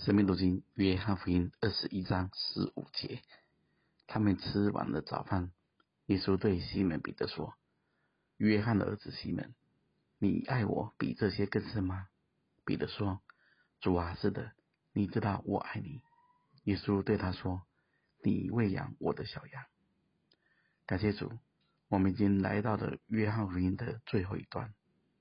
生命读经约翰福音21章15节，他们吃完了早饭，耶稣对西门彼得说：约翰的儿子西门，你爱我比这些更深吗？彼得说：主啊，是的，你知道我爱你。耶稣对他说：你喂养我的小羊。感谢主，我们已经来到了约翰福音的最后一段。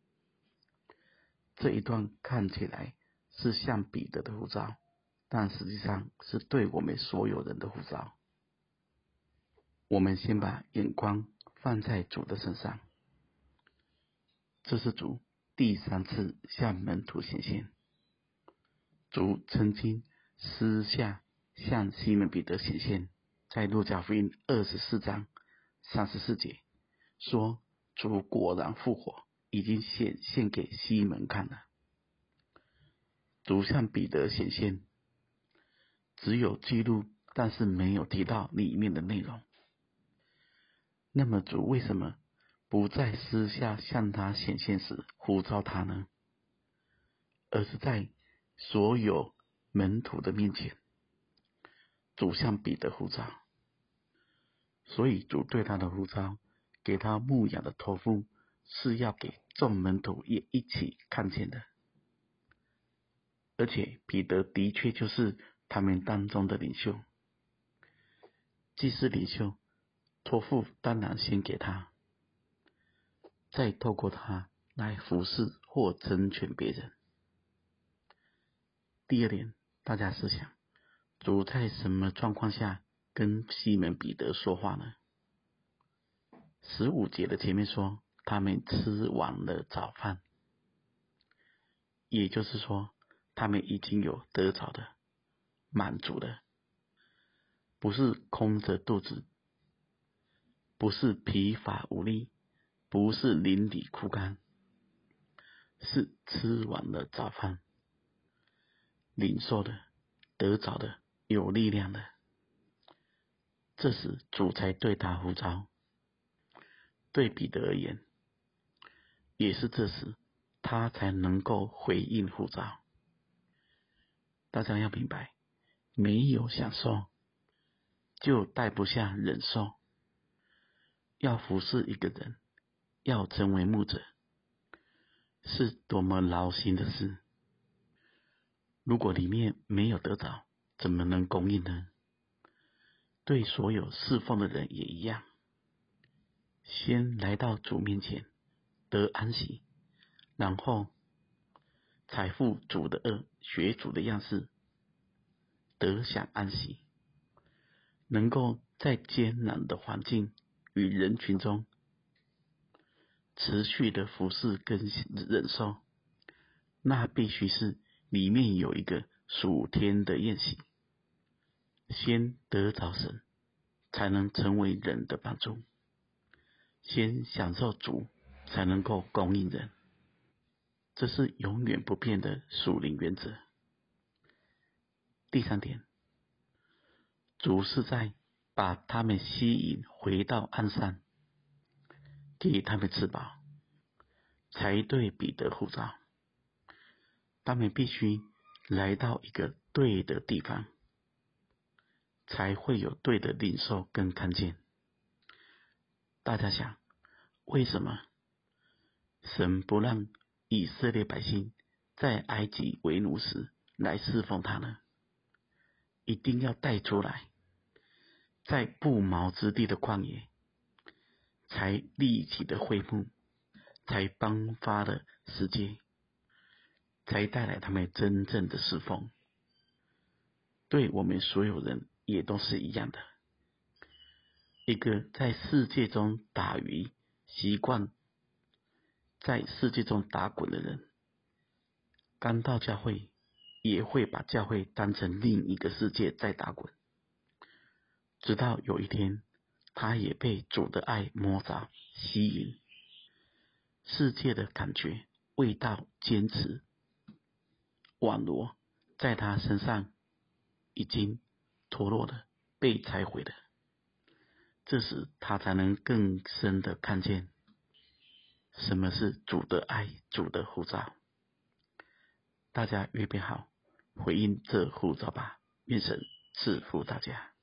这一段看起来是向彼得的呼召，但实际上是对我们所有人的呼召。我们先把眼光放在主的身上，这是主第3次向门徒显现。主曾经私下向西门彼得显现，在路加福音24章34节说，主果然复活，已经显现给西门看了。主向彼得显现，只有记录，但是没有提到里面的内容。那么主为什么不在私下向他显现时呼召他呢？而是在所有门徒的面前，主向彼得呼召。所以主对他的呼召，给他牧养的托付，是要给众门徒也一起看见的。而且彼得的确就是他们当中的领袖，既是领袖，托付当然先给他，再透过他来服侍或成全别人。第二点，大家思想，主在什么状况下跟西门彼得说话呢？15节的前面说，他们吃完了早饭，也就是说，他们已经有得着的、满足的，不是空着肚子，不是疲乏无力，不是邻里枯干，是吃完了早饭，领受的、得着的、有力量的。这时主才对他呼召。对彼得而言，也是这时他才能够回应呼召。大家要明白，没有享受就带不下忍受。要服侍一个人，要成为牧者，是多么劳心的事。如果里面没有得着，怎么能供应呢？对所有侍奉的人也一样，先来到主面前得安息，然后才负主的恶，学主的样式，得享安息，能够在艰难的环境与人群中持续的服侍跟忍受，那必须是里面有一个属天的宴席，先得着神，才能成为人的帮助，先享受主，才能够供应人。这是永远不变的属灵原则。第3点，主是在把他们吸引回到岸上，给他们吃饱，才对彼得呼召。他们必须来到一个对的地方，才会有对的领受跟看见。大家想，为什么神不让以色列百姓在埃及为奴时来侍奉他呢？一定要带出来，在不毛之地的旷野，才立起的会幕，才颁发的世界，才带来他们真正的侍奉。对我们所有人也都是一样的。一个在世界中打鱼，习惯在世界中打滚的人，刚到教会也会把教会当成另一个世界在打滚，直到有一天他也被主的爱摸着吸引，世界的感觉、味道、坚持、网罗在他身上已经脱落了，被拆毁了。这时他才能更深的看见什么是主的爱，主的呼召。大家预备好， 回应这呼召吧。愿神赐福大家。